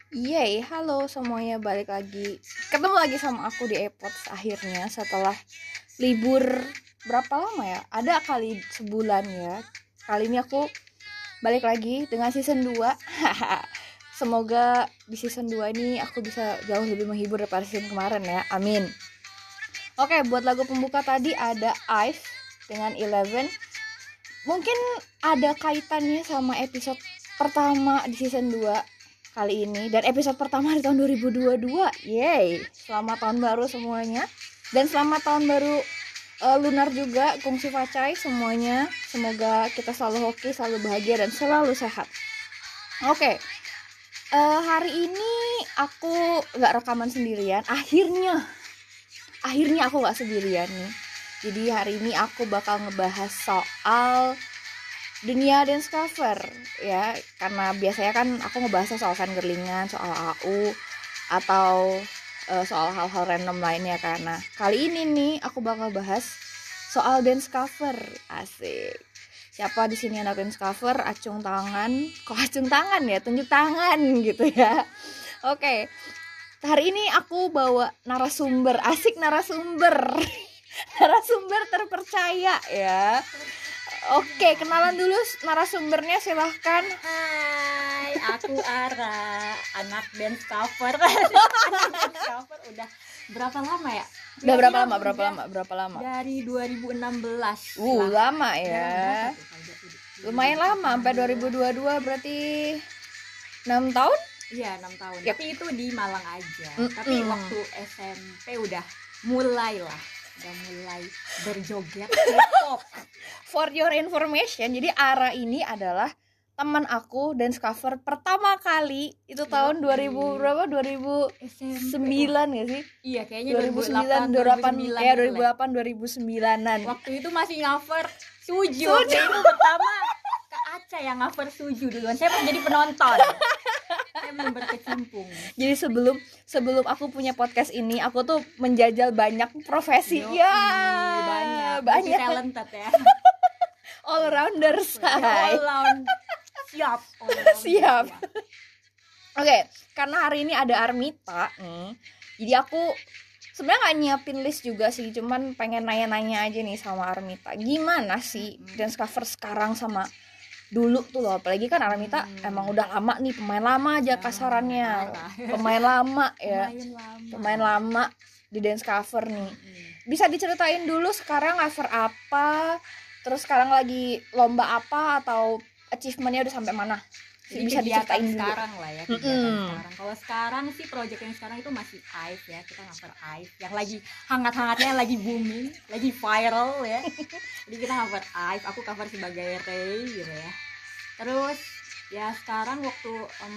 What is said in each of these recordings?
Yeay, halo semuanya, balik lagi. Ketemu lagi sama aku di iPods akhirnya setelah libur berapa lama ya? Ada kali sebulan ya. Kali ini aku balik lagi dengan season 2. Semoga di season 2 ini aku bisa jauh lebih menghibur daripada season kemarin ya. Amin. Oke, buat lagu pembuka tadi ada Ive dengan Eleven. Mungkin ada kaitannya sama episode pertama di season 2 kali ini, dan episode pertama di tahun 2022. Yeay, selamat tahun baru semuanya. Dan selamat tahun baru lunar juga, Kung Si Facai semuanya. Semoga kita selalu hoki, selalu bahagia, dan selalu sehat. Oke, hari ini aku gak rekaman sendirian. Akhirnya aku gak sendirian nih. Jadi hari ini aku bakal ngebahas soal dunia dance cover ya, karena biasanya kan aku ngebahasnya soal fangirlingan, soal AU atau soal hal-hal random lainnya. Karena kali ini nih aku bakal bahas soal dance cover. Asik. Siapa di sini anak dance cover? Acung tangan. Kok acung tangan ya? Tunjuk tangan gitu ya. Oke. Hari ini aku bawa narasumber. Asik, narasumber. Narasumber terpercaya ya. Oke, kenalan dulu narasumbernya, silahkan. Hai, aku Ara, anak dance cover. Anak dance cover udah berapa lama ya? Udah berapa lama? Dari 2016. Lama ya. Lumayan lama, sampai 2022 berarti 6 tahun? Iya, 6 tahun. Yep. Tapi itu di Malang aja. Tapi waktu SMP udah mulai berjoget hip-hop. For your information, jadi Ara ini adalah teman aku dance cover pertama kali itu tahun 2000 berapa? 2009 ya sih? Iya, kayaknya 2009 ya, 2008 2009-an. Waktu itu masih cover Suju. Itu pertama Kak Aca yang cover Suju duluan. Saya jadi penonton. Saya belum berkecimpung. Jadi sebelum aku punya podcast ini, aku tuh menjajal banyak profesi. Banyak talented ya. All rounder say. Siap. Oke, karena hari ini ada Armita nih. Jadi aku sebenarnya nggak nyiapin list juga sih, cuman pengen nanya-nanya aja nih sama Armita. Gimana sih dance cover sekarang sama dulu tuh loh, apalagi kan Armita emang udah lama nih, pemain lama aja kasarannya. Pemain lama ya. Pemain lama di dance cover nih. Bisa diceritain dulu sekarang cover apa? Terus sekarang lagi lomba apa atau achievementnya udah sampai mana? Jadi Bisa diceritain dulu. Sekarang lah ya, sekarang. Kalau sekarang sih project yang sekarang itu masih Ive ya, kita cover Ive yang lagi hangat-hangatnya, lagi booming, lagi viral ya. Jadi kita cover Ive, aku cover sebagai Ray gitu ya. Terus ya sekarang waktu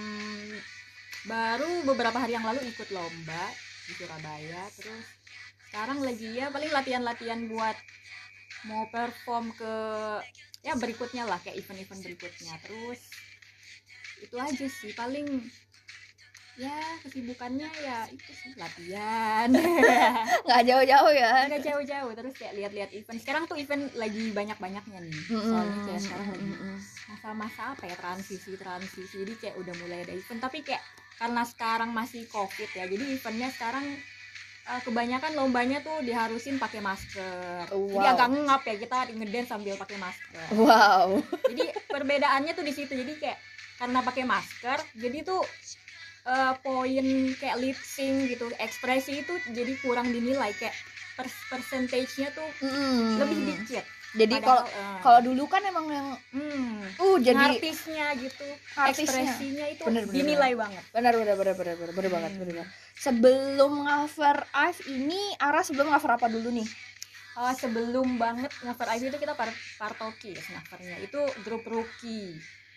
baru beberapa hari yang lalu ikut lomba di Surabaya. Terus sekarang lagi ya paling latihan-latihan buat mau perform ke ya berikutnya lah, kayak event-event berikutnya. Terus itu aja sih paling ya kesibukannya, ya itu sih latihan. Nggak jauh-jauh ya. Nggak jauh-jauh, terus kayak lihat-lihat event. Sekarang tuh event lagi banyak-banyaknya nih. Soalnya kayak sekarang lagi masa-masa apa ya, transisi. Jadi kayak udah mulai ada event, tapi kayak karena sekarang masih COVID ya, jadi eventnya sekarang kebanyakan lombanya tuh diharusin pakai masker. Jadi agak ngap ya kita ngedance sambil pakai masker. Wow. Jadi perbedaannya tuh di situ. Jadi kayak karena pakai masker, jadi tuh poin kayak lip sync gitu, ekspresi itu jadi kurang dinilai, kayak persentasenya tuh lebih dikit. Jadi kalau dulu kan emang yang jadi artisnya gitu, ekspresinya itu dinilai banget. Benar banget. Sebelum cover Ive ini, Ara sebelum cover apa dulu nih? Sebelum banget cover Ive itu kita Purple Kiss covernya. Itu grup rookie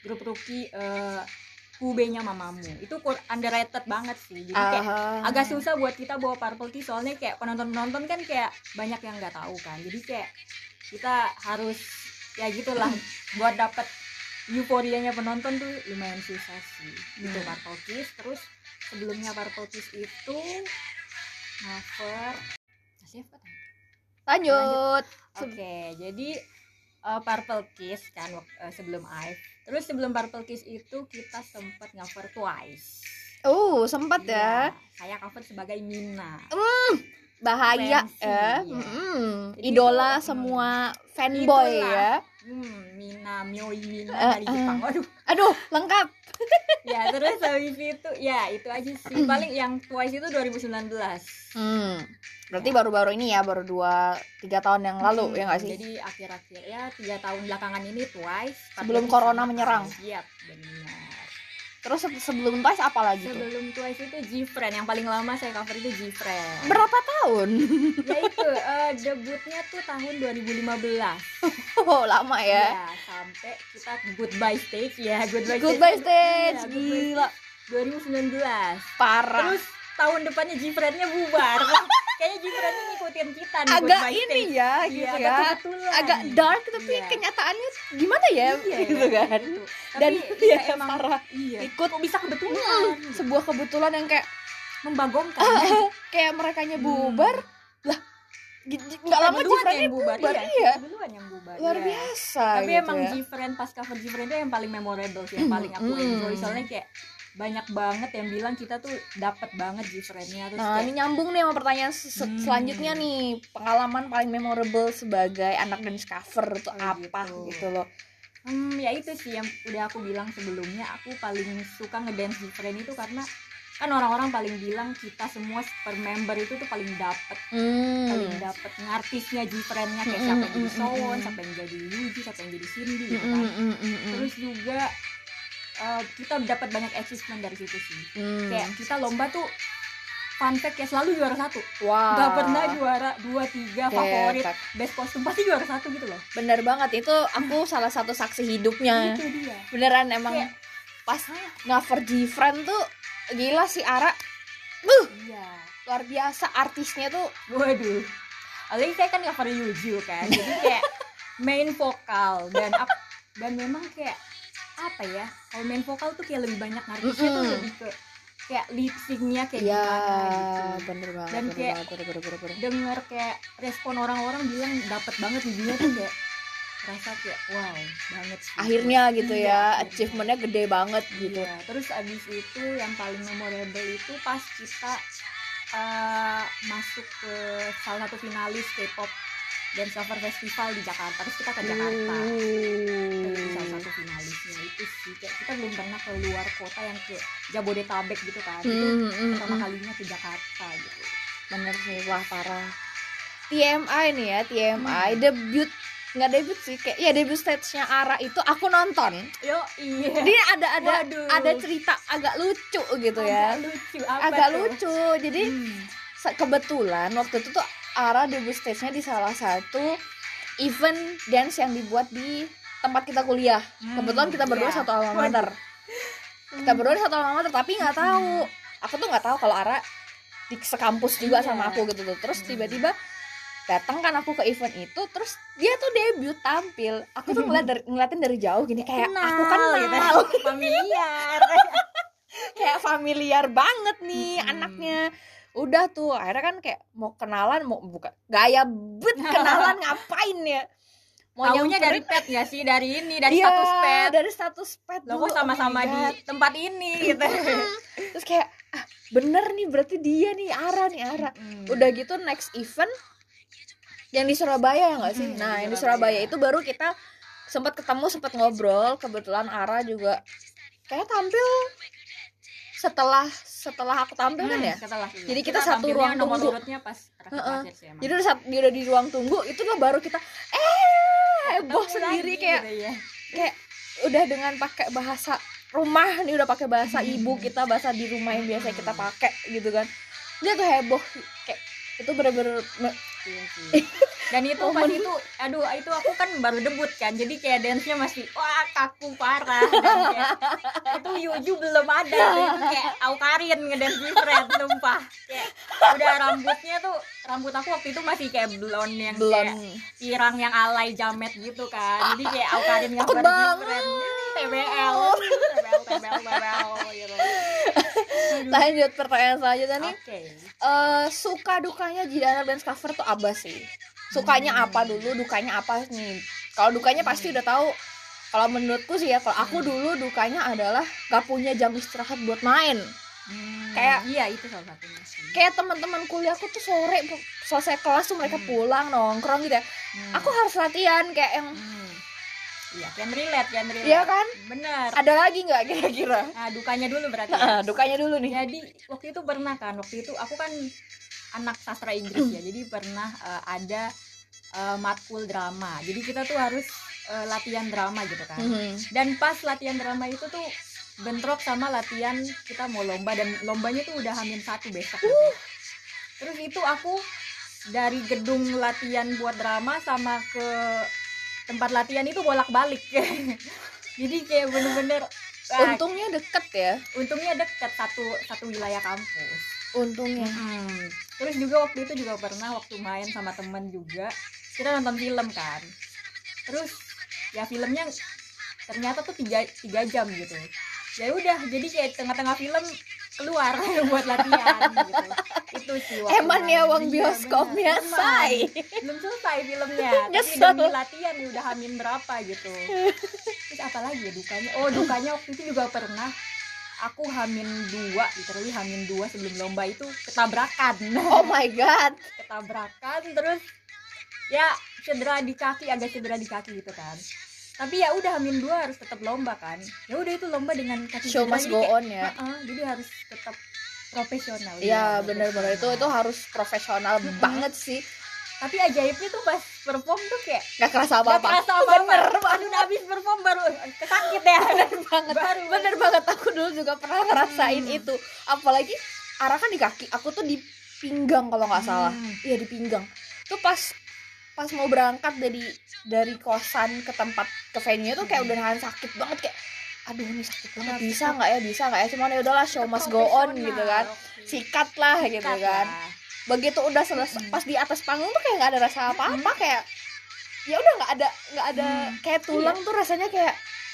QB-nya Mamamoo. Itu underrated banget sih. Jadi kayak agak susah buat kita bawa Purple Kiss, soalnya kayak penonton kan kayak banyak yang nggak tahu kan. Jadi kayak kita harus ya gitulah buat dapet euforianya penonton tuh lumayan susah sih. Itu Purple Kiss. Terus sebelumnya Purple Kiss itu cover lanjut. Oke, jadi Purple Kiss kan sebelum Ive. Terus sebelum Purple Kiss itu kita sempat cover Twice. Sempat Iya, ya. saya cover sebagai Mina. Bahaya Fancy, ya. iya. Jadi Idola itu, semua fanboy itulah. ya. Mina, Mioi Mina dari Jepang. Aduh, lengkap. Ya, terus habis itu ya itu aja sih. Paling yang Twice itu 2019. Berarti baru-baru ini ya, baru 2-3 tahun yang lalu ya nggak sih? Jadi akhir-akhir ya 3 tahun belakangan ini Twice. Sebelum corona menyerang. Iya, benar. Terus sebelum Twice apa lagi tuh? Sebelum Twice itu G-Friend, yang paling lama saya cover itu G-Friend. Berapa tahun? Ya itu debutnya tuh tahun 2015. Lama ya. Ya, sampai kita Goodbye Stage ya, Goodbye Stage. Ya, Gila. 2019. Parah. Terus tahun depannya G-Friend-nya bubar. Kayaknya G-Friend ngikutin kita nih. Agak Goodbye ini Stage. ya, Iya, gitu agak ya. kebetulan. Agak dark tapi Iya. kenyataannya gimana ya, Iya, gitu kan. gitu. Dan Tapi ya emang parah. iya. Ikut Kok bisa kebetulan? sebuah kebetulan yang kayak Membagongkan. kayak merekanya bubar. Lah, nggak lama Duluan G-Friend-nya yang bubar. Iya. Duluan yang bubar. Luar iya. biasa Tapi gitu emang ya. G-Friend pas cover G-Friend itu yang paling memorable sih, yang paling aku enjoy. Soalnya kayak banyak banget yang bilang kita tuh dapat banget G-Friend-nya. Terus Nah, kayak, ini nyambung nih sama pertanyaan selanjutnya nih. Pengalaman paling memorable sebagai anak dance cover itu apa gitu loh. ya itu sih yang udah aku bilang sebelumnya. Aku paling suka ngedance G-Friend itu karena kan orang-orang paling bilang kita semua per member itu tuh paling dapet ngartisnya G-Friend-nya, kayak siapa yang jadi Sowon, siapa yang jadi Yuji, siapa yang jadi Cindy gitu kan. Terus juga kita dapat banyak achievement dari situ sih. Kayak kita lomba tuh fun fact ya selalu juara 1. Wow. Gak pernah juara 2, 3 favorit best kostum, pasti juara 1 gitu loh. Bener banget, itu aku salah satu saksi hidupnya. Itu dia. Beneran emang Kayak, pas cover G-Friend tuh gila sih Ara. Iya. Luar biasa artisnya tuh. Waduh. Apalagi saya kan cover Yuju kan. Jadi kayak main vokal dan memang kayak apa ya? Kalau main vokal tuh kayak lebih banyak artisnya tuh lebih ke kayak lip sync-nya kayak gimana gitu. Bener banget. Dan kayak denger kayak respon orang-orang bilang dapat banget Yujunya tuh kayak rasa kayak wow banget sih. Akhirnya gitu iya, ya, achievementnya gede banget gitu. Iya. Terus abis itu yang paling memorable itu pas kita masuk ke salah satu finalis K-pop Dance Cover Festival di Jakarta. Terus kita ke Jakarta jadi salah satu finalisnya. Itu sih kayak kita belum pernah ke luar kota yang ke Jabodetabek gitu kan. Itu pertama kalinya ke Jakarta gitu. Bener sih, wah parah. TMI nih ya, TMI debut, nggak debut sih, kayak ya debut stage-nya Ara itu aku nonton. Yo iya. Dia Waduh. ada cerita agak lucu gitu ya. Agak lucu. Jadi kebetulan waktu itu tuh Ara debut stage-nya di salah satu event dance yang dibuat di tempat kita kuliah. Kebetulan kita berdua satu alma mater. Kita berdua satu alma mater, tapi nggak tahu. Aku tuh nggak tahu kalau Ara di sekampus juga sama aku gitu tuh. Terus tiba-tiba datang kan aku ke event itu, terus dia tuh debut tampil. Aku tuh ngeliatin dari jauh gini kayak aku kenal gitu. Familiar. Kayak familiar banget nih anaknya. Udah tuh akhirnya kan kayak mau kenalan, mau buka gaya bet kenalan ngapain ya? Mau Taunya dari pet gak sih? Dari ini, dari iya, status pet. Dari status pet. Lo kok sama-sama di tempat ini gitu. Terus kayak bener nih berarti dia nih Ara. Udah gitu next event yang di Surabaya ya nggak sih? Nah yang di Surabaya itu baru kita sempat ketemu, sempat ngobrol. Kebetulan Ara juga kayak tampil setelah aku tampil kan ya. Jadi kita satu ruang tunggu. Pas jadi udah di ruang tunggu itu lah baru kita heboh sendiri kayak gitu ya. Kayak udah dengan pakai bahasa rumah nih, udah pakai bahasa ibu kita, bahasa di rumah yang biasa kita pakai gitu kan. Dia tuh heboh kayak itu bener-bener iya sih. Dan itu pas itu itu aku kan baru debut kan, jadi kayak dance-nya masih wah kaku parah. Dan kayak, itu Yuju belum ada tuh, itu kayak Aukarin ngedance G-Friend tumpah. Kayak udah rambut aku waktu itu masih kayak blonde yang kayak pirang yang alay jamet gitu kan. Jadi kayak Aukarin takut banget. TBL gitu. Lanjut pertanyaan selanjutnya nih. Suka dukanya jadi anak dance cover tuh apa sih? Sukanya apa dulu, dukanya apa nih? Kalau dukanya pasti udah tahu. Kalau menurutku sih ya, kalau aku dulu dukanya adalah gak punya jam istirahat buat main. Kayak iya itu salah satunya sih. Kayak teman-teman kuliahku tuh sore selesai kelas tuh mereka pulang nongkrong gitu ya. Aku harus latihan kayak yang iya, can relate. Iya kan? Bener. Ada lagi nggak kira-kira? Nah, dukanya dulu berarti. Dukanya dulu nih. Jadi waktu itu aku kan anak sastra Inggris ya. Jadi pernah ada matkul drama. Jadi kita tuh harus latihan drama gitu kan. Dan pas latihan drama itu tuh bentrok sama latihan kita mau lomba, dan lombanya tuh udah H-1 besok gitu. Terus itu aku dari gedung latihan buat drama sama ke tempat latihan itu bolak-balik. Jadi kayak bener-bener untungnya deket ya. Untungnya deket, satu wilayah kampus. Untungnya. Terus juga waktu itu juga pernah waktu main sama temen juga, kita nonton film kan. Terus ya filmnya ternyata tuh 3 jam gitu. Ya udah, jadi kayak tengah-tengah film keluar buat latihan gitu. Itu sih waktu Eman ya uang bioskopnya say. Belum selesai filmnya, tapi demi latihan nih udah hamin berapa gitu. Terus apa lagi ya dukanya? Oh, dukanya waktu itu juga pernah aku literally hamin 2 sebelum lomba itu ketabrakan. Oh my god. Ketabrakan terus ya agak cedera di kaki gitu kan. Tapi ya udah H-2 harus tetap lomba kan. Ya udah itu lomba dengan kaki show must go on ya. Jadi harus tetap profesional. Iya, benar-benar itu harus profesional banget sih. Tapi ajaibnya tuh pas perform tuh kayak gak kerasa apa-apa. Bener banget. Udah habis perform baru kesakit ya. Bener banget. Aku dulu juga pernah ngerasain itu. Apalagi arakan di kaki. Aku tuh di pinggang kalau nggak salah. Iya, di pinggang. Tuh pas mau berangkat dari kosan ke tempat ke venue tuh kayak udah nahan sakit banget, kayak aduh ini sakit banget, bisa nggak ya cuman ya udahlah, show must go on gitu kan. Sikat lah gitu kan. Begitu udah selesai, pas di atas panggung tuh kayak nggak ada rasa apa-apa, kayak ya udah nggak ada kayak tulang tuh rasanya kayak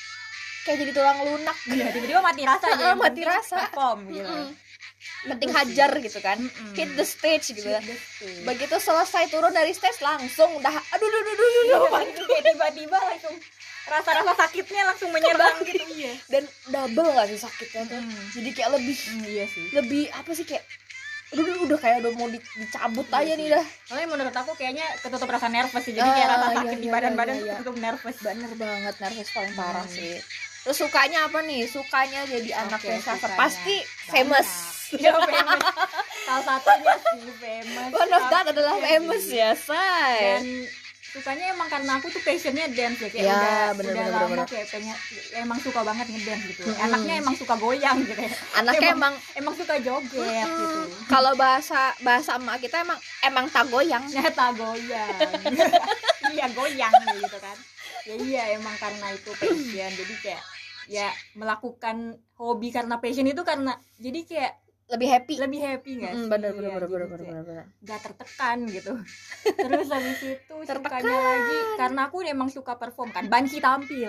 jadi tulang lunak gitu. Tiba-tiba mati rasa aja. Mati rasa. Perform gitu. Penting hajar gitu kan. Hit the stage gitu kan. Begitu selesai turun dari stage langsung udah aduh kayak tiba-tiba langsung rasa sakitnya langsung menyerang gitu. Iya. Dan double gak sih sakitnya tuh. Jadi kayak lebih iya sih. Lebih apa sih, kayak udah kayak udah mau dicabut aja nih dah. Soalnya menurut aku kayaknya ketutup rasa nervous sih. Jadi kayak rasa sakit di badan-badan ketutup nervous. Bener banget, nervous paling parah sih. Terus sukanya apa nih? Sukanya jadi anak filsafat. Pasti famous. Ya, famous. Salah satunya sih famous. One of that adalah famous ya, say. Dan sukanya emang karena aku tuh passionnya dance ya, kayak udah lama kayak pengen, emang suka banget ngedance gitu. Anaknya emang suka goyang gitu ya. Anaknya emang suka joget gitu. Kalau bahasa emak kita emang tak goyang. Ya tak goyang. Iya goyang gitu kan. Ya iya emang karena itu passion. Jadi kayak ya melakukan hobi karena passion itu karena jadi kayak lebih happy nggak sih? Bener. Gak tertekan gitu. Terus habis itu sukanya lagi karena aku emang suka perform kan, banci tampil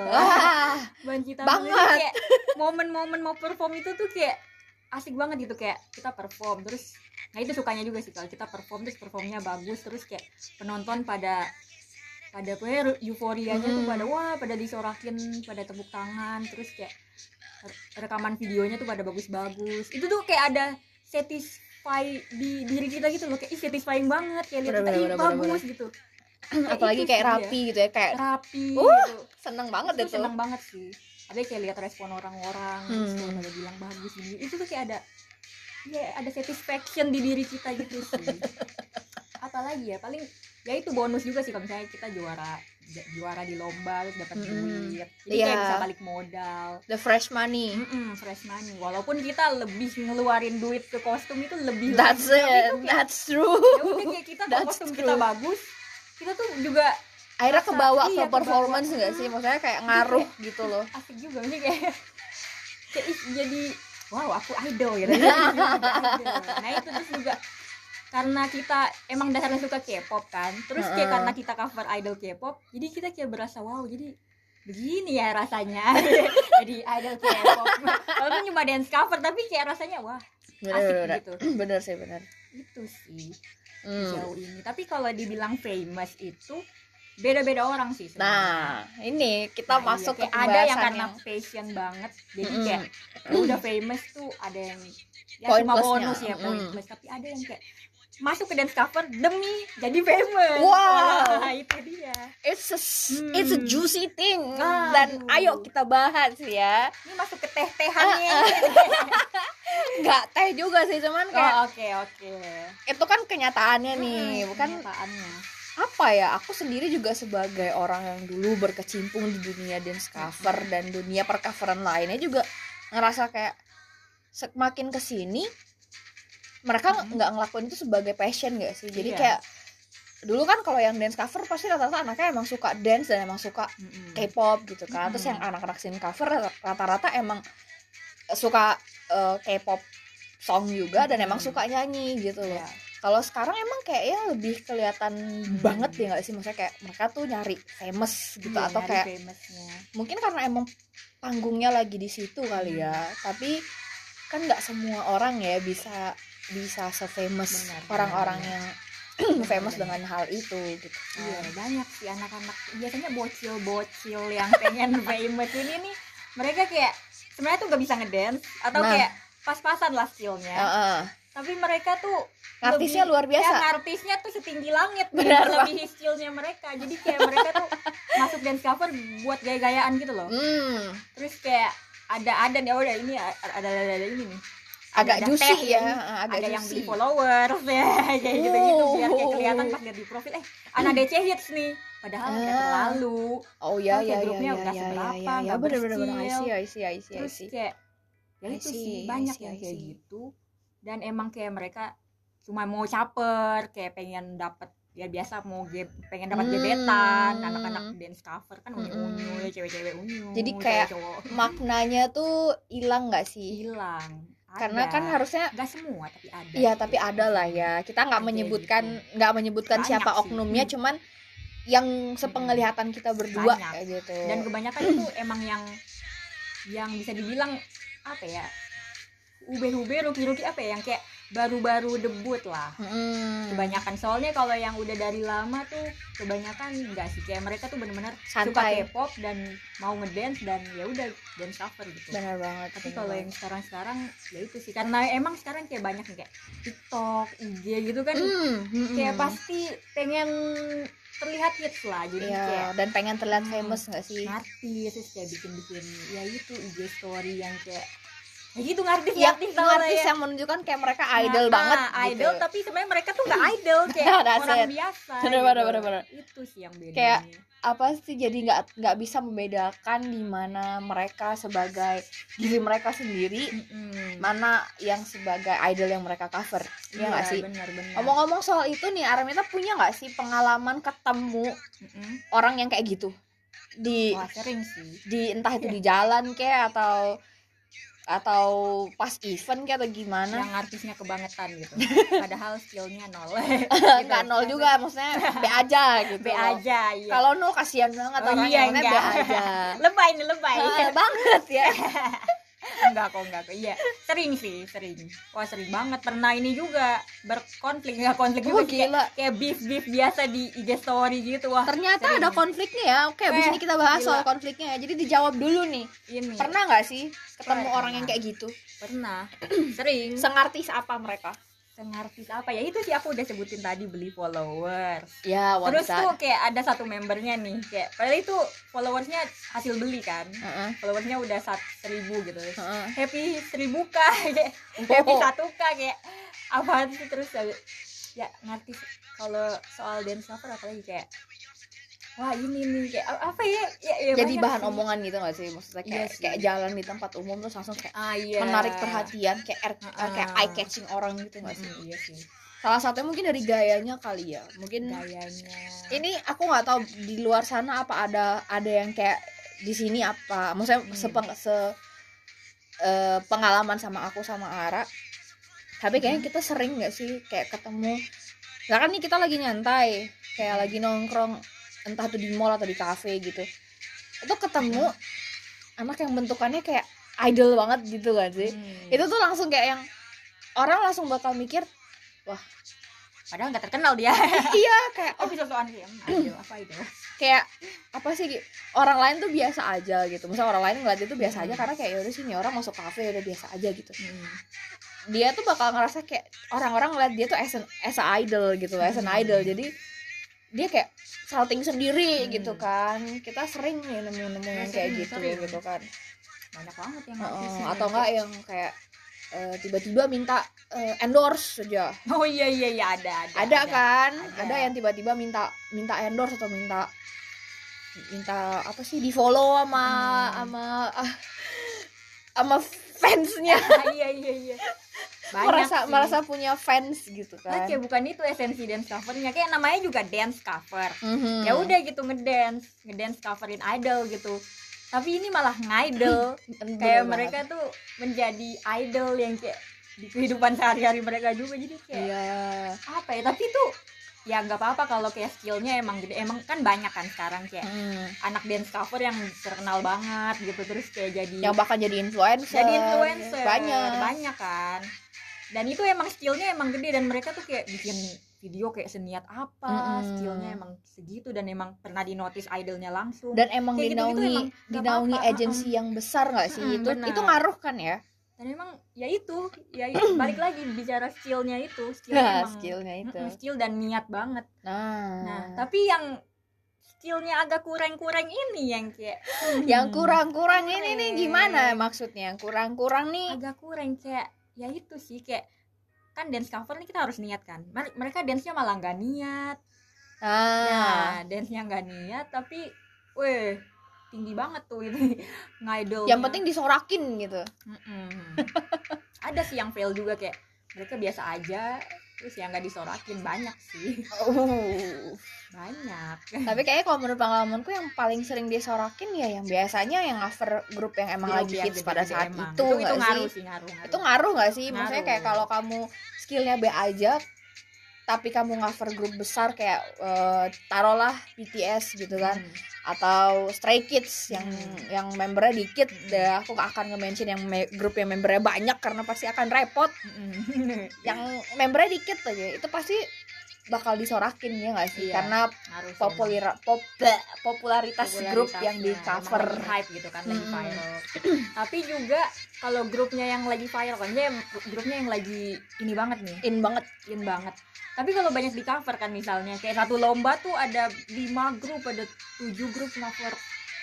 banget. Kayak momen-momen mau perform itu tuh kayak asik banget gitu, kayak kita perform terus. Nah itu sukanya juga sih kalau kita perform terus performnya bagus, terus kayak penonton pada euforianya tuh pada disorakin, pada tepuk tangan, terus kayak rekaman videonya tuh pada bagus-bagus. Itu tuh kayak ada satisfy di diri kita gitu loh, kayak satisfying banget, kayak lihat kita bagus gitu. Apalagi kayak rapi gitu ya, kayak rapi gitu. Seneng banget itu. Seneng banget sih. Ada kayak lihat respon orang-orang terus pada bilang bagus gitu. Itu tuh kayak ada satisfaction di diri kita gitu sih. Apalagi ya, paling ya itu bonus juga sih kalau misalnya kita juara di lomba terus dapat duit, jadi kayak bisa balik modal, the fresh money. Fresh money, walaupun kita lebih ngeluarin duit ke kostum itu lebih that's true. Ya udah kayak kita kostum kita bagus, kita tuh juga akhirnya kebawa ke performance nggak sih, maksudnya kayak ngaruh gitu loh. Asik juga nih kayak jadi wow aku idol gitu. Nah itu terus juga karena kita emang dasarnya suka K-pop kan, terus kayak karena kita cover idol K-pop, jadi kita kayak berasa wow, jadi begini ya rasanya jadi idol K-pop. Walaupun cuma dance cover, tapi kayak rasanya wah asik gitu. Bener. Itu sih jauh ini. Tapi kalau dibilang famous itu beda-beda orang sih sebenarnya. Nah, ini kita masuk ke ada yang karena yang passion banget. Jadi kayak udah famous tuh ada yang ya Poin cuma plusnya. bonus ya poin plus, tapi ada yang kayak masuk ke dance cover demi jadi famous. Wow. Wah, itu dia. It's a juicy thing. Dan Aduh. ayo kita bahas ya. Ini masuk ke teh-tehannya. Nggak teh juga sih, cuman kayak Oke. itu kan kenyataannya nih, bukan kenyataannya. apa ya, aku sendiri juga sebagai orang yang dulu berkecimpung di dunia dance cover dan dunia percoveran lainnya juga ngerasa kayak semakin kesini mereka nggak ngelakuin itu sebagai passion gak sih. Jadi kayak dulu kan kalau yang dance cover pasti rata-rata anaknya emang suka dance dan emang suka K-pop gitu kan. Terus yang anak-anak scene cover rata-rata emang suka K-pop song juga dan emang suka nyanyi gitu loh. Kalau sekarang emang kayak ya lebih kelihatan banget ya nggak sih, maksudnya kayak mereka tuh nyari famous gitu atau kayak mungkin karena emang panggungnya lagi di situ kali ya. Tapi kan nggak semua orang ya bisa se-famous orang-orang yang famous dengan hal itu gitu. Iya, banyak sih anak-anak biasanya bocil yang pengen famous ini nih, mereka kayak sebenarnya tuh nggak bisa ngedance atau kayak pas-pasan lah skillnya. Tapi mereka tuh artisnya luar biasa. Yang artisnya tuh setinggi langit, lebih skillnya mereka. Jadi kayak mereka tuh masuk dance cover buat gaya-gayaan gitu loh. Terus kayak ada ya udah ini ada ini nih. Agak juicy ya, agak ada yang beli followers ya kayak gitu biar kayak kelihatan pas lihat di profil anak DC hits nih. Padahal nggak terlalu. Oh ya grupnya udah seberapa, nggak bener-bener I see. Terus kayak ya itu sih banyak yang kayak gitu. Dan emang kayak mereka cuma mau caper, kayak pengen dapet ya biasa pengen dapat gebetan. Anak-anak dance cover kan unyu-unyu ya, cewek-cewek unyu. Jadi kayak maknanya tuh hilang nggak sih? Hilang. Karena kan harusnya nggak semua tapi ada. Iya tapi ada lah ya. Kita nggak menyebutkan siapa oknumnya, cuman yang sepenglihatan kita berdua kayak gitu. Dan kebanyakan itu emang yang bisa dibilang apa ya, ube-ube ruki-ruki apa ya, yang kayak baru-baru debut lah. Kebanyakan soalnya kalau yang udah dari lama tuh kebanyakan enggak sih, kayak mereka tuh benar-benar suka K-pop dan mau ngedance dan ya udah dance cover gitu. Benar banget. Tapi kalau yang sekarang ya itu sih, karena emang sekarang kayak banyak nih kayak TikTok, IG gitu kan, kayak pasti pengen terlihat hits lah, jadi kayak dan pengen terlihat famous nggak sih? artis kayak bikin ya itu IG story yang kayak gitu ngartis yang menunjukkan kayak mereka idol banget idol gitu. Tapi sebenarnya mereka tuh nggak idol, kayak orang biasa. Bener. Itu sih yang bedanya. Kayak apa sih, jadi nggak bisa membedakan di mana mereka sebagai diri mereka sendiri, mana yang sebagai idol yang mereka cover. Iya nggak sih? Bener. Ngomong-ngomong soal itu nih, Aramita punya nggak sih pengalaman ketemu orang yang kayak gitu sering sih. Di entah itu di jalan kayak atau pas event kayak atau gimana, yang artisnya kebangetan gitu padahal skillnya nol. Nggak nol juga, maksudnya B aja gitu. B aja, iya. Kalau nol kasihan banget orangnya, B aja. Lebay banget ya. Enggak kok iya, sering. Wah sering banget, pernah ini juga berkonflik juga kayak beef biasa di IG story gitu. Wah ternyata sering. Ada konfliknya ya. Oke, abis ini kita bahas soal konfliknya ya. Jadi dijawab dulu nih, ini pernah nggak sih ketemu orang yang kayak gitu? Pernah. Sering. Sengartis apa mereka? Sengartis apa ya, itu sih aku udah sebutin tadi, beli followers ya. Terus tuh kayak ada satu membernya nih, kayak padahal itu followersnya hasil beli kan, followersnya udah 1.000 gitu, happy 1.000k kayak happy 1k kayak apa sih. Terus ya ngartis kalau soal dance cover apalagi kayak wah ini nih kayak apa ya jadi bahan sih. Omongan gitu nggak sih, maksudnya kayak jalan di tempat umum terus langsung kayak menarik perhatian, kayak eye catching orang gitu nggak sih? Iya sih. Salah satunya mungkin dari gayanya kali ya, mungkin gayanya. Ini aku nggak tahu di luar sana apa ada yang kayak di sini apa, maksudnya pengalaman sama aku sama Ara, tapi kayaknya kita sering nggak sih kayak ketemu, ya kan nih kita lagi nyantai kayak lagi nongkrong entah itu di mall atau di kafe gitu, itu ketemu anak yang bentukannya kayak idol banget gitu kan sih. Itu tuh langsung kayak yang orang langsung bakal mikir, wah padahal nggak terkenal dia. Iya kayak tapi sosokan kayak idol apa itu, kayak apa sih, orang lain tuh biasa aja gitu, misalnya orang lain ngeliat itu biasa aja karena kayak yaudah sih nih orang masuk kafe udah biasa aja gitu. Dia tuh bakal ngerasa kayak orang-orang ngeliat dia tuh as a idol gitu, as an idol, jadi dia kayak salting sendiri gitu kan. Kita sering nih nemu-nemu yang kayak gitu gitu kan, banyak banget yang atau enggak yang kayak tiba-tiba minta endorse saja. Oh iya ada kan. Ada yang tiba-tiba minta endorse atau minta apa sih, di follow sama fansnya. Iya merasa punya fans gitu kan. Kayak bukan itu esensi dance covernya, kayak namanya juga dance cover. Ya udah gitu, ngedance coverin idol gitu. Tapi ini malah ngidol. Kayak mereka tuh menjadi idol yang kayak di kehidupan sehari-hari mereka juga. Jadi kayak apa ya, tapi tuh ya nggak apa-apa kalau kayak skillnya emang gede. Emang kan banyak kan sekarang kayak anak dance cover yang terkenal banget gitu, terus kayak yang bahkan jadi influencer banyak kan. Dan itu emang skillnya emang gede, dan mereka tuh kayak bikin video kayak seniat apa, skillnya emang segitu, dan emang pernah dinotis idolnya langsung, dan emang dinaungi agensi yang besar nggak sih. Itu ngaruh kan ya. Dan emang ya itu balik lagi bicara skillnya itu, skill dan niat banget. Nah tapi yang skillnya agak kurang ini yang kayak yang kurang ini nih gimana maksudnya? Yang kurang nih agak kurang kayak ya itu sih, kayak kan dance cover nih kita harus niat kan. Mereka dance-nya malah nggak niat. Ya dance-nya nggak niat tapi tinggi banget tuh ini ngidol. Yang penting disorakin gitu. Ada sih yang fail juga, kayak mereka biasa aja terus yang nggak disorakin, banyak sih. Banyak. Tapi kayaknya kalau menurut pengalamanku yang paling sering disorakin ya yang biasanya yang cover grup yang emang lagi hits pada saat emang. Itu ngaruh sih? Ngaruh. Itu ngaruh nggak sih? Maksudnya kayak kalau kamu skillnya B aja tapi kamu cover grup besar kayak taruhlah BTS gitu kan, atau Stray Kids yang membernya dikit, aku akan nge-mention yang grup yang membernya banyak karena pasti akan repot. Yang membernya dikit aja itu pasti bakal disorakin ya nggak sih, karena popularitas grup yang di cover hype gitu kan, lagi viral. Tapi juga kalau grupnya yang lagi viral kan, grupnya yang lagi ini banget nih, in banget. Tapi kalau banyak di cover kan, misalnya kayak satu lomba tuh ada 5 grup, ada 7 grup cover.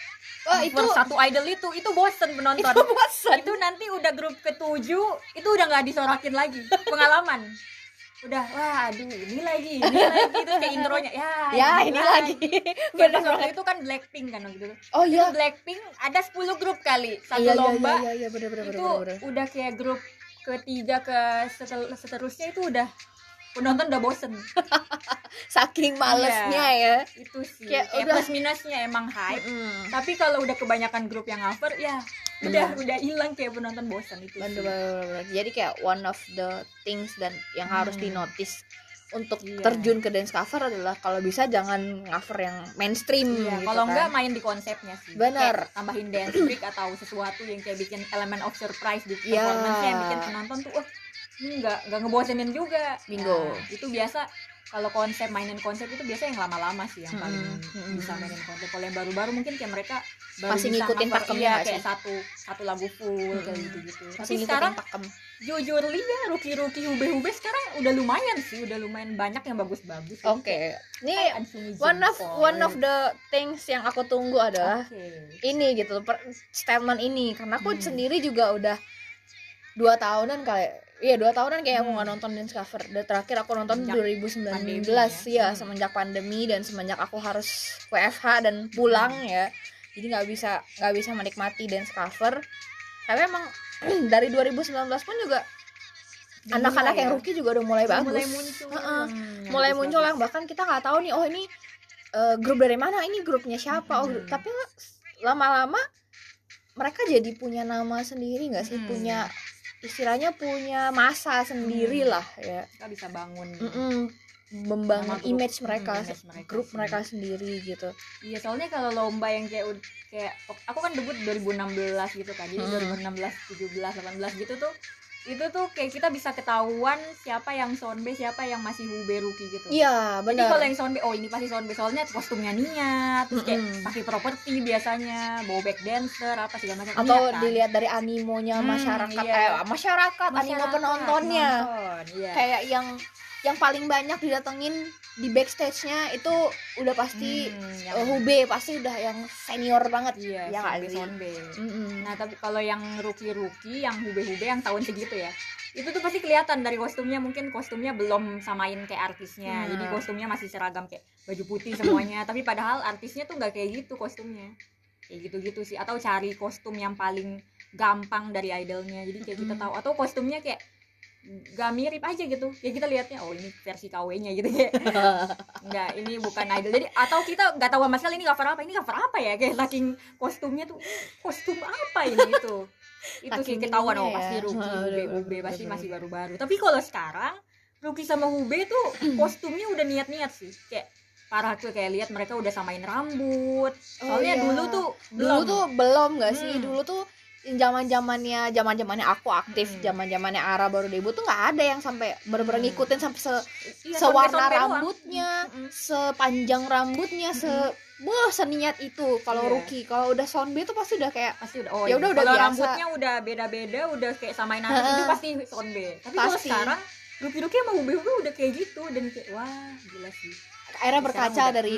Itu satu idol itu bosen penonton. Itu nanti udah grup ke-7 itu udah nggak disorakin lagi. Pengalaman. Udah, aduh ini lagi terus kayak intronya ini lagi. Benar banget. Itu kan Blackpink kan gitu. Oh iya. Blackpink ada 10 grup kali satu lomba. Iya, benar. Itu udah kayak grup ketiga ke seterusnya itu udah penonton udah bosen. Saking malesnya ya. Itu sih kayak plus minusnya emang hype. Tapi kalau udah kebanyakan grup yang cover ya udah hilang, kayak penonton bosen itu. Bener. Jadi kayak one of the things dan yang harus dinotis untuk terjun ke dance cover adalah kalau bisa jangan cover yang mainstream gitu. Kalau kan. enggak main di konsepnya sih. Bener. Kayak tambahin dance break atau sesuatu yang kayak bikin element of surprise di performance yang bikin penonton tuh ini nggak ngebosenin juga. Bingo. Itu biasa kalau mainin konsep itu biasa yang lama-lama sih yang paling bisa mainin konsep. Kalau yang baru-baru mungkin kayak mereka masih ngikutin pakemnya kayak satu lagu full kayak gitu. Masih tapi sekarang pakem. Jujur ya rookie hube sekarang udah lumayan banyak yang bagus-bagus. Oke. Ini one of the things yang aku tunggu adalah ini gitu, statement ini, karena aku sendiri juga udah 2 tahunan kali. Iya 2 tahunan kayak aku nggak nonton dance cover. Dan terakhir aku nonton 2019 ya, semenjak pandemi dan semenjak aku harus WFH dan pulang ya. Jadi nggak bisa menikmati dance cover. Tapi emang dari 2019 pun juga anak-anak yang rookie juga udah mulai bagus. Mulai muncul yang bahkan kita nggak tahu nih, ini grup dari mana, ini grupnya siapa. Tapi lama-lama mereka jadi punya nama sendiri nggak sih, punya istilahnya punya masa sendiri lah ya. Kita bisa membangun image mereka, grup mereka sendiri gitu. Iya, soalnya kalau lomba yang kayak aku kan debut 2016 gitu kan. Jadi 2016, 17, 18 gitu tuh itu tuh kayak kita bisa ketahuan siapa yang Sonbe, siapa yang masih Hube Rookie gitu. Iya, Jadi benar. kalau yang Sonbe, oh ini pasti Sonbe soalnya kostumnya niat, terus kayak pakai properti biasanya, bawa back dancer apa segala macam. Atau niat, kan? dilihat dari animonya masyarakat, iya. masyarakat, animo penontonnya. Iya. Kayak yang paling banyak didatengin di backstage-nya itu udah pasti Hube, pasti udah yang senior banget. Iya, ya Sonbe. Nah, tapi kalau yang rookie yang Hube yang tahun segitu ya, itu tuh pasti kelihatan dari kostumnya, mungkin kostumnya belum samain kayak artisnya. Jadi kostumnya masih seragam kayak baju putih semuanya, tapi padahal artisnya tuh nggak kayak gitu kostumnya. Kayak gitu-gitu sih, atau cari kostum yang paling gampang dari idolnya. Jadi kayak kita tahu, atau kostumnya kayak gak mirip aja gitu ya, kita lihatnya oh ini versi KW-nya gitu kayak enggak, ini bukan idol. Jadi atau kita nggak tahu sama sekali ini cover apa ya, kayak saking kostumnya tuh kostum apa ini itu sih ketahuan. Oh pasti rookie, Hube pasti masih baru-baru. Tapi kalau sekarang rookie sama Hube tuh kostumnya udah niat-niat sih, kayak parah tuh, kayak lihat mereka udah samain rambut. Soalnya dulu tuh belum nggak sih, dulu tuh zamannya aku aktif, zamannya Ara baru debut tuh nggak ada yang sampai bener-bener ngikutin sampai sewarna rambutnya, sepanjang rambutnya, seniat itu. Kalau rookie, kalau udah Sonbe tuh pasti udah kayak ya udah kalau biasa. Rambutnya udah beda-beda, udah kayak samain aja itu pasti Sonbe. Tapi kalau sekarang rookie sama Hube udah kayak gitu, dan kayak wah gila sih. Akhirnya berkaca dari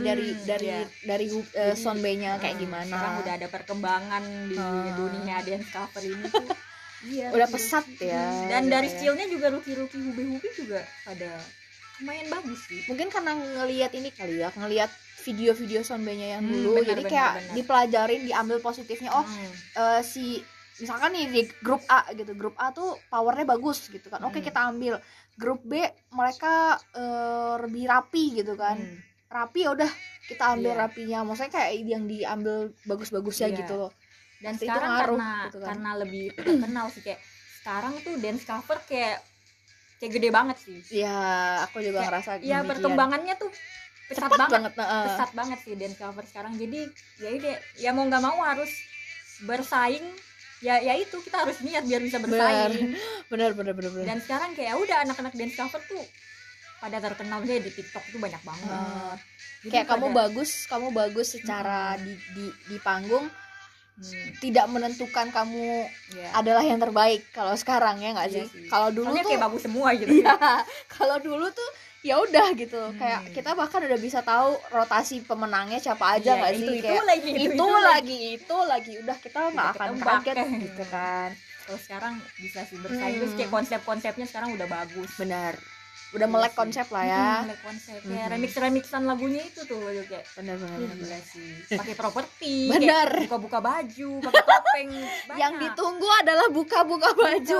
Sonbe-nya kayak gimana. Sekarang udah ada perkembangan di dunia dance cover ini tuh. Iya, udah pesat ya. Dan dari skillnya juga rookie Hube juga pada lumayan bagus sih. Mungkin karena ngelihat ini kali ya, ngelihat video-video Sonbe-nya yang dulu, jadi kayak dipelajarin, diambil positifnya. Si misalkan nih di grup A gitu, grup A tuh powernya bagus gitu kan, oke kita ambil. Grup B mereka lebih rapi gitu kan, rapi ya udah kita ambil rapinya, maksudnya kayak yang diambil bagus-bagusnya gitu loh. Dan sekarang karena lebih terkenal sih, kayak sekarang tuh dance cover kayak gede banget sih. Iya, aku juga ngerasa gitu. Iya, perkembangannya tuh pesat banget sih dance cover sekarang. Jadi ya mau nggak mau harus bersaing. Ya itu kita harus niat biar bisa bersaing. Benar. Dan sekarang kayak udah anak-anak dance cover tuh pada terkenal deh di TikTok tuh banyak banget. Kayak kamu bagus secara di panggung, tidak menentukan kamu adalah yang terbaik kalau sekarang, ya nggak sih? Kalau dulu tuh kayak bagus semua gitu. Iya. Kalau dulu tuh ya udah gitu, kayak kita bahkan udah bisa tahu rotasi pemenangnya siapa aja nggak sih, kayak itu lagi udah kita nggak akan kaget gitu kan. Kalau sekarang bisa sih bersaing, terus kayak konsep-konsepnya sekarang udah bagus. Benar, udah melek konsep lah ya. Melek konsepnya, remixan lagunya itu tuh kayak benar sih. Pakai properti, benar, buka-buka baju, pakai topeng. Yang ditunggu adalah buka-buka baju.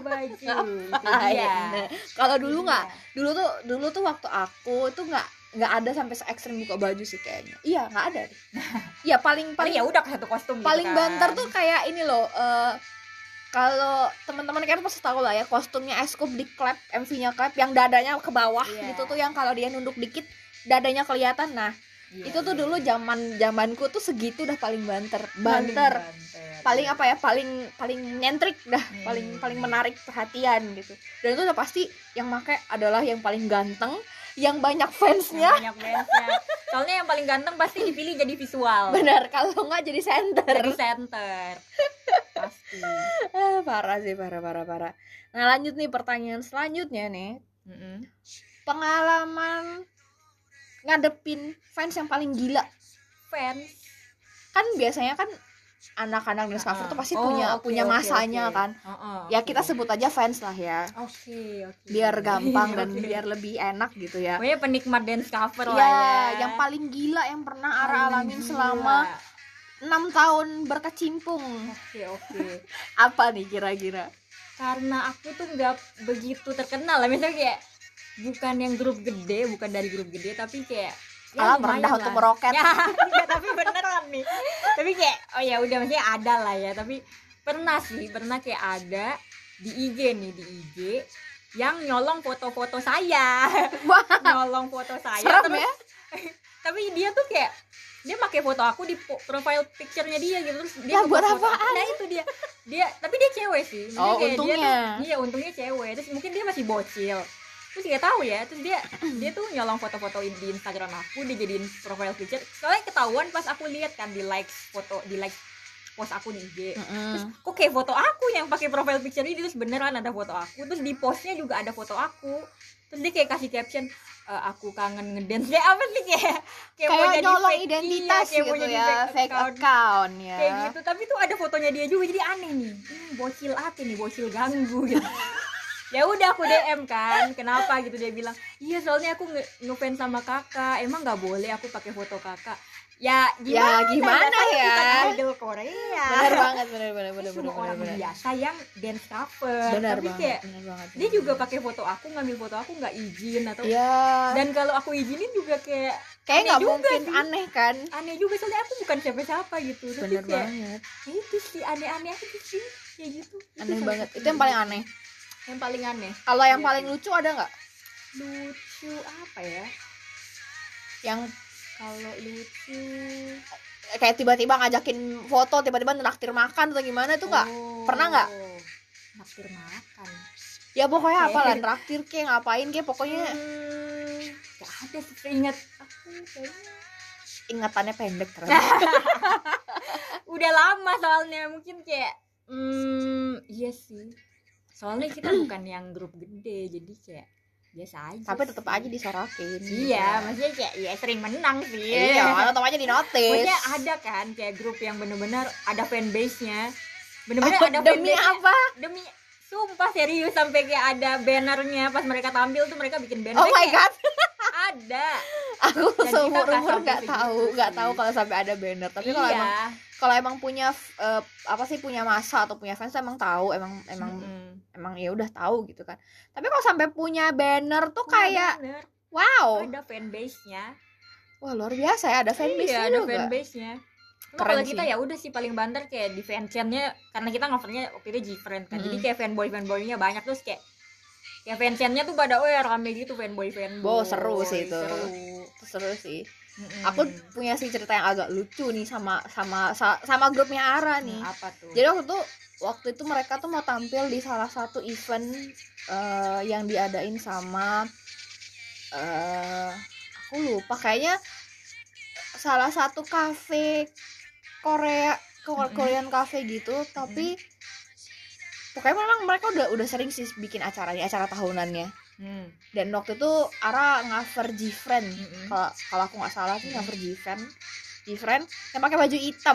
Kalau dulu nggak, dulu tuh waktu aku itu nggak ada sampai se ekstrim buka baju sih kayaknya. Iya, nggak ada. Ya paling ya udah satu kostum. Paling gitu kan. banter tuh kayak ini loh. Kalau teman-teman kan pasti tahu lah ya, kostumnya Escoop di Clap, MV-nya Clap yang dadanya ke bawah gitu tuh, yang kalau dia nunduk dikit dadanya kelihatan. Nah, itu tuh dulu zamanku tuh segitu udah paling banter. Paling apa ya? Paling nyentrik dah, paling menarik perhatian gitu. Dan itu udah pasti yang make adalah yang paling ganteng, yang banyak fansnya. Soalnya yang paling ganteng pasti dipilih jadi visual. Benar, kalau nggak jadi center. Pasti. Parah sih, parah. Nah, lanjut nih pertanyaan selanjutnya nih. Pengalaman ngadepin fans yang paling gila. Fans kan biasanya kan anak-anak dance cover tuh pasti punya masanya kan. Ya kita sebut aja fans lah ya. Biar gampang dan biar lebih enak gitu ya. Pokoknya penikmat dance cover lah ya. Yang paling gila yang pernah Ara alamin selama 6 tahun berkecimpung. Oke. Apa nih kira-kira? Karena aku tuh nggak begitu terkenal lah, misalnya kayak bukan yang grup gede, bukan dari grup gede, tapi kayak merendah untuk meroket. Ya, tapi beneran nih. Tapi kayak ya udah, maksudnya ada lah ya. Tapi pernah kayak ada di IG yang nyolong foto-foto saya. Wah. Nyolong foto saya. Serem terus ya? Tapi dia tuh kayak dia pakai foto aku di profile picture-nya dia gitu, terus dia Lah, buat foto apaan? aku. Nah itu dia tapi dia cewek sih. Maksudnya Oh, kayak untungnya. dia tuh, iya untungnya cewek, terus mungkin dia masih bocil, terus nggak tahu ya, terus dia tuh nyolong foto-foto di Instagram aku, dia jadiin profile picture, soalnya ketahuan pas aku lihat kan di like post aku di IG. Terus kok kayak foto aku yang pakai profile picture ini, terus beneran ada foto aku, terus di postnya juga ada foto aku, terus dia kayak kasih caption aku kangen ngedance, kayak apa sih, kayak mau jadi nyolong fake, identitas kayak mau gitu jadi ya, fake account ya. kayak gitu. Tapi tuh ada fotonya dia juga, jadi aneh nih, bocil apa nih, bocil ganggu gitu. Ya udah aku DM kan, kenapa gitu, dia bilang iya soalnya aku ngefans sama kakak, emang nggak boleh aku pakai foto kakak. Ya gimana ya, bukan idol Korea. Bener banget, bener Cuma orang biasa yang dance cover. Bener tapi banget, kayak bener banget, dia juga pakai foto aku, ngambil foto aku nggak izin atau ya. Dan kalau aku izinin juga kayak nggak mungkin sih. Aneh kan, aneh juga soalnya aku bukan siapa-siapa gitu. Tapi bener kayak, banget, itu sih aneh-aneh aja sih kayak gitu. aneh banget, itu yang paling aneh. Yang paling aneh. Kalau yang Iya paling sih. lucu ada nggak? Lucu apa ya? Yang Kalau lucu kayak tiba-tiba ngajakin foto, tiba-tiba naktir makan atau gimana itu nggak? Pernah nggak? Naktir makan. Ya pokoknya apa lah, traktir kayak ngapain kayak pokoknya Gak ada sih, ingat aku kayaknya. ingatannya pendek ternyata. Udah lama soalnya, mungkin kayak iya sih. Soalnya kita bukan yang grup gede, jadi kayak biasa aja. Tapi tetap aja disorakin. Iya, maksudnya kayak ya sering menang sih. Iya, tetap aja di notice. Maksudnya ada kan kayak grup yang bener-bener ada fanbase-nya. Bener-bener ada demi fanbase-nya. apa? Demi sumpah serius, sampai kayak ada bannernya pas mereka tampil tuh, mereka bikin banner. Oh my god. Ada. Aku Dan seumur kita umur nggak nggak sampai tahu segitu kalau sampai ada banner. Tapi kalau emang punya punya masa atau punya fans emang tahu, emang ya udah tahu gitu kan. Tapi kalau sampai punya banner tuh kayak bener. wow, Ada fanbase-nya. wah luar biasa ya, ada fanbase-nya ada juga. fanbase-nya. Keren Kalau sih. kita ya udah sih paling banter kayak di fansnya, karena kita ngovernya waktu itu G-Friend kan. Jadi kayak fanboy-nya banyak, terus kayak fansnya tuh pada rame gitu, fanboy. Seru sih itu. Seru sih. Aku punya sih cerita yang agak lucu nih sama grupnya Ara nih. Apa tuh? Jadi waktu itu mereka tuh mau tampil di salah satu event yang diadain sama aku lupa, kayaknya salah satu kafe Korean cafe gitu, tapi pokoknya memang mereka udah sering sih bikin acara tahunannya. Dan waktu itu Ara cover G-Friend, kalau aku nggak salah sih cover G-Friend yang pakai baju hitam,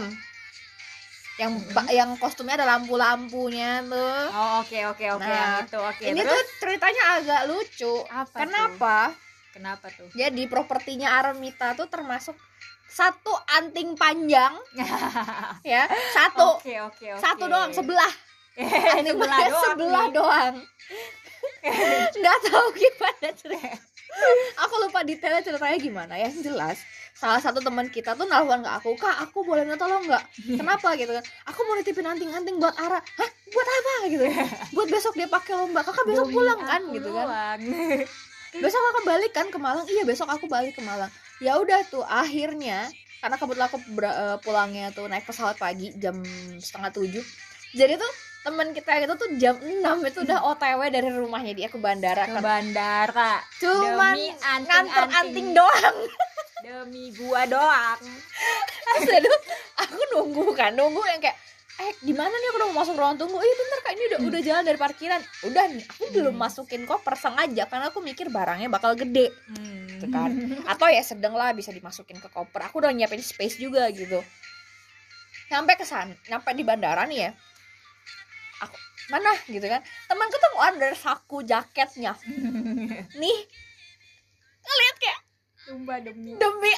yang kostumnya ada lampu-lampunya tuh. Oh oke Nah, yang itu ini terus? tuh ceritanya agak lucu. Kenapa tuh? Jadi propertinya Aramita tuh termasuk satu anting panjang ya, satu doang sebelah anting sebelah doang. Nggak tahu gimana cerita, aku lupa detailnya ceritanya gimana ya. Yang jelas salah satu teman kita tuh nelfon ke aku, "Kak, aku boleh minta tolong nggak?" Kenapa gitu kan? "Aku mau nitipin anting-anting buat Ara." "Hah? Buat apa?" gitu. "Buat besok dia pakai lomba." "Kakak besok pulang kan?" gitu kan. "Besok kakak balik kan ke Malang?" "Iya, besok aku balik ke Malang." Ya udah tuh akhirnya, karena kebetulan aku pulangnya tuh naik pesawat pagi jam 6:30. Jadi tuh teman kita itu tuh jam 6 itu udah OTW dari rumahnya dia ke bandara. Cuman nganter anting doang. Demi gua doang. Terus aku nunggu yang kayak gimana nih, aku udah mau masuk ruang tunggu. Bentar Kak, ini udah jalan dari parkiran. Udah nih, aku belum masukin koper sengaja karena aku mikir barangnya bakal gede. Gitu kan. Atau ya sedang lah bisa dimasukin ke koper. Aku udah nyiapin space juga gitu. Sampai di bandara nih ya. Aku mana gitu kan. Temanku tuh mau order saku jaketnya. Nih. Ngeliat kayak demi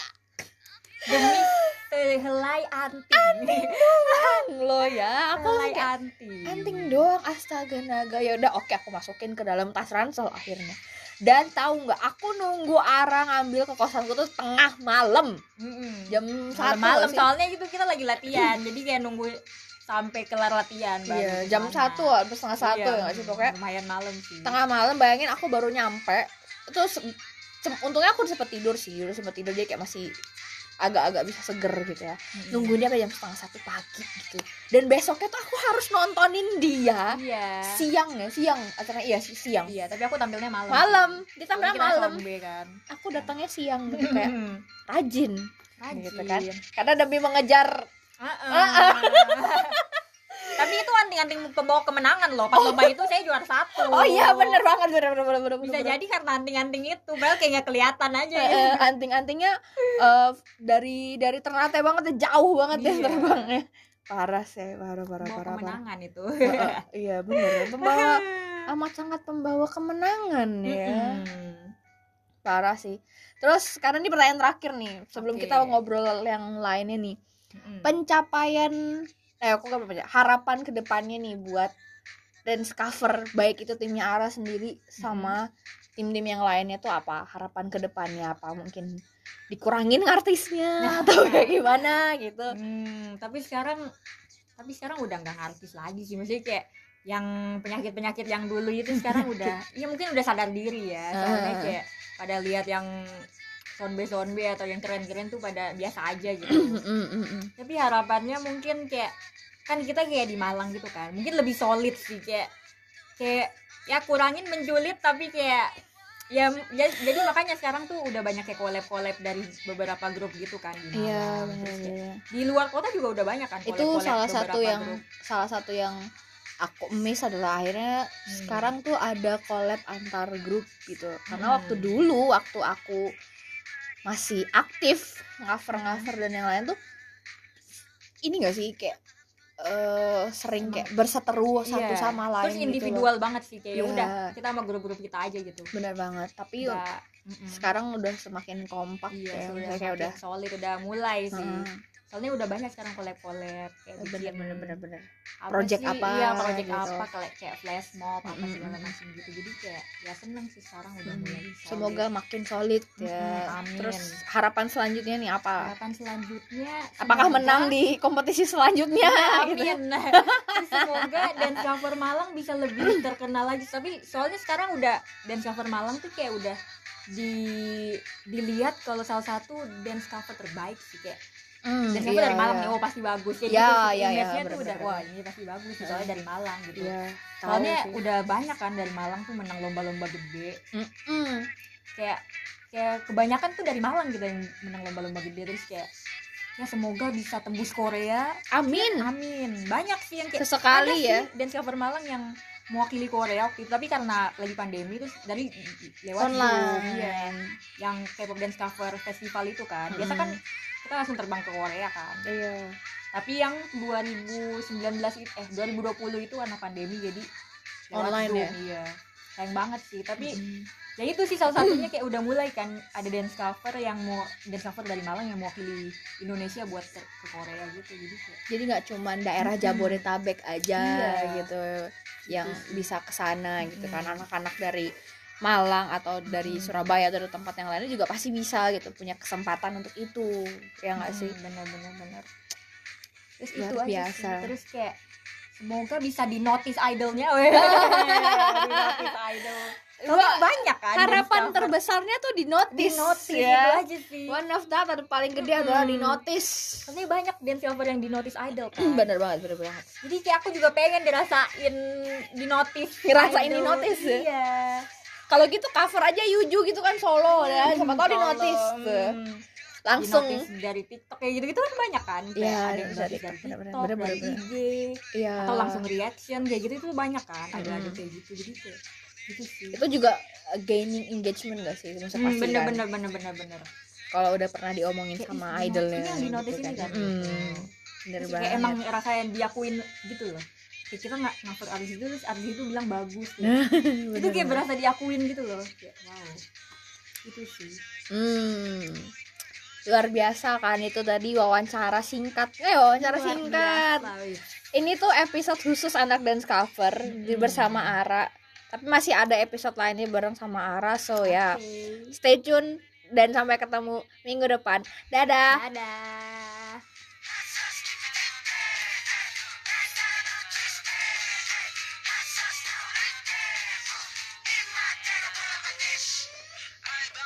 helai anting doang lo ya. Aku helai kayak anting doang, astaga naga. Ya udah oke, aku masukin ke dalam tas ransel akhirnya. Dan tahu nggak, aku nunggu Ara ngambil ke kosanku tuh tengah malam. Jam 1 malam soalnya gitu kita lagi latihan. Jadi kayak nunggu sampai kelar latihan baru. Iya, jam 1 atau setengah 1 ya nggak sih, pokoknya lumayan malam sih. Tengah malam, bayangin aku baru nyampe. Terus untungnya aku udah sempet tidur dia kayak masih agak-agak bisa seger gitu ya. Nungguin dia sampai jam 1:30 pagi gitu. Dan besoknya tuh aku harus nontonin dia. Siang acaranya siang. Iya, tapi aku tampilnya malam. Dia tampilnya malam. Kan. Aku datangnya siang gitu kayak rajin gitu kan. Karena demi mengejar tapi itu anting-anting pembawa kemenangan loh. Pas lomba itu saya juara 1. Oh iya bener banget bener. Bisa jadi karena anting-anting itu, padahal kayak nggak kelihatan aja ya. Anting-antingnya dari Ternate banget ya, jauh banget ya terbangnya. Parah sih, parah. Kemenangan itu. Iya bener, amat sangat pembawa kemenangan ya. Parah sih. Terus sekarang ini pertanyaan terakhir nih sebelum kita ngobrol yang lainnya nih. Pencapaian harapan kedepannya nih buat dance cover, baik itu timnya Ara sendiri sama tim-tim yang lainnya tuh apa? Harapan kedepannya apa? Mungkin dikurangin artisnya atau kayak gimana gitu. Tapi sekarang udah nggak artis lagi sih, maksudnya kayak yang penyakit yang dulu itu sekarang udah ya mungkin udah sadar diri ya. Soalnya kayak pada lihat yang sonbe atau yang keren-keren tuh pada biasa aja gitu. Tapi harapannya mungkin kayak kan kita kayak di Malang gitu kan, mungkin lebih solid sih, kayak ya kurangin menculit, tapi kayak ya jadi makanya sekarang tuh udah banyak kayak collab dari beberapa grup gitu kan di Malang. Iya benar. Di luar kota juga udah banyak kan collab. Itu salah satu yang aku miss adalah akhirnya sekarang tuh ada collab antar grup gitu. Karena waktu aku masih aktif cover dan yang lain tuh ini nggak sih kayak sering kayak berseteru satu sama lain. Terus individual gitu banget sih kayak udah kita sama grup-grup kita aja gitu. Benar banget. Tapi sekarang udah semakin kompak ya. Udah solid, udah mulai sih. Soalnya udah banyak sekarang collab kayak bener project apa gitu. Kayak flash mob apa segala macam gitu. Jadi kayak ya seneng sih sekarang udah mulai solid. Semoga makin solid ya. Amin. Terus harapan selanjutnya nih apa? Harapan selanjutnya apakah menang di kompetisi selanjutnya? Amin. Semoga dance cover Malang bisa lebih terkenal lagi. Tapi soalnya sekarang udah dance cover Malang tuh kayak udah dilihat kalau salah satu dance cover terbaik sih kayak. Dan cover dari Malang nih, pasti bagus ya gitu. Image-nya tuh udah wah ini pasti bagus sih soalnya dari Malang gitu. Soalnya udah banyak kan dari Malang tuh menang lomba-lomba gede. Kayak kebanyakan tuh dari Malang gitu yang menang lomba-lomba gede, terus kayak ya semoga bisa tembus Korea. Amin. Banyak sih yang kayak sesekali ya dance cover Malang yang mewakili Korea waktu itu, tapi karena lagi pandemi terus dari lewat online yang K-pop dance cover festival itu kan. Biasa kan kita langsung terbang ke Korea kan. Iya. Tapi yang 2020 itu karena pandemi jadi online Zoom, ya. Iya. Sayang banget sih, tapi ya itu sih salah satunya kayak udah mulai kan ada dance cover dari Malang yang mewakili Indonesia buat ke Korea gitu. Jadi nggak cuman daerah Jabodetabek aja gitu yang bisa kesana gitu kan, anak-anak dari Malang atau dari Surabaya atau dari tempat yang lainnya juga pasti bisa gitu, punya kesempatan untuk itu ya nggak sih? Benar. Terus luar itu biasa aja sih. Terus kayak semoga bisa di notice idolnya, di notice idol. Banyak kan harapan terbesarnya tuh di notice ya. Itu aja sih. One of that atau paling gede adalah di notice. Soalnya banyak dance cover yang di notice idol kan. Bener banget. Jadi kayak aku juga pengen ngerasain di notice. Iya. Kalau gitu cover aja Yuju gitu kan solo ya, sama tau di notice langsung di notice dari TikTok kayak gitu kan banyak kan, kayak ada yang dari TikTok, dari IG, atau langsung reaction kayak gitu itu banyak kan, ada kayak gitu. Jadi kayak gitu sih. Itu juga gaining engagement gak sih? Maksudnya pasti bener. Kalau udah pernah diomongin kayak sama idolnya yang di notice ini kan. Bener banget. Kayak emang rasain diakuin gitu loh. Kayak kita nggak ngupload artis itu, terus artis itu bilang bagus gitu. Itu kayak berasa diakuin gitu loh, kayak wow, itu sih. Luar biasa kan itu tadi wawancara singkat. Ini tuh episode khusus anak dance cover bersama Ara. Tapi masih ada episode lainnya bareng sama Ara, so ya stay tune dan sampai ketemu minggu depan. Dadah.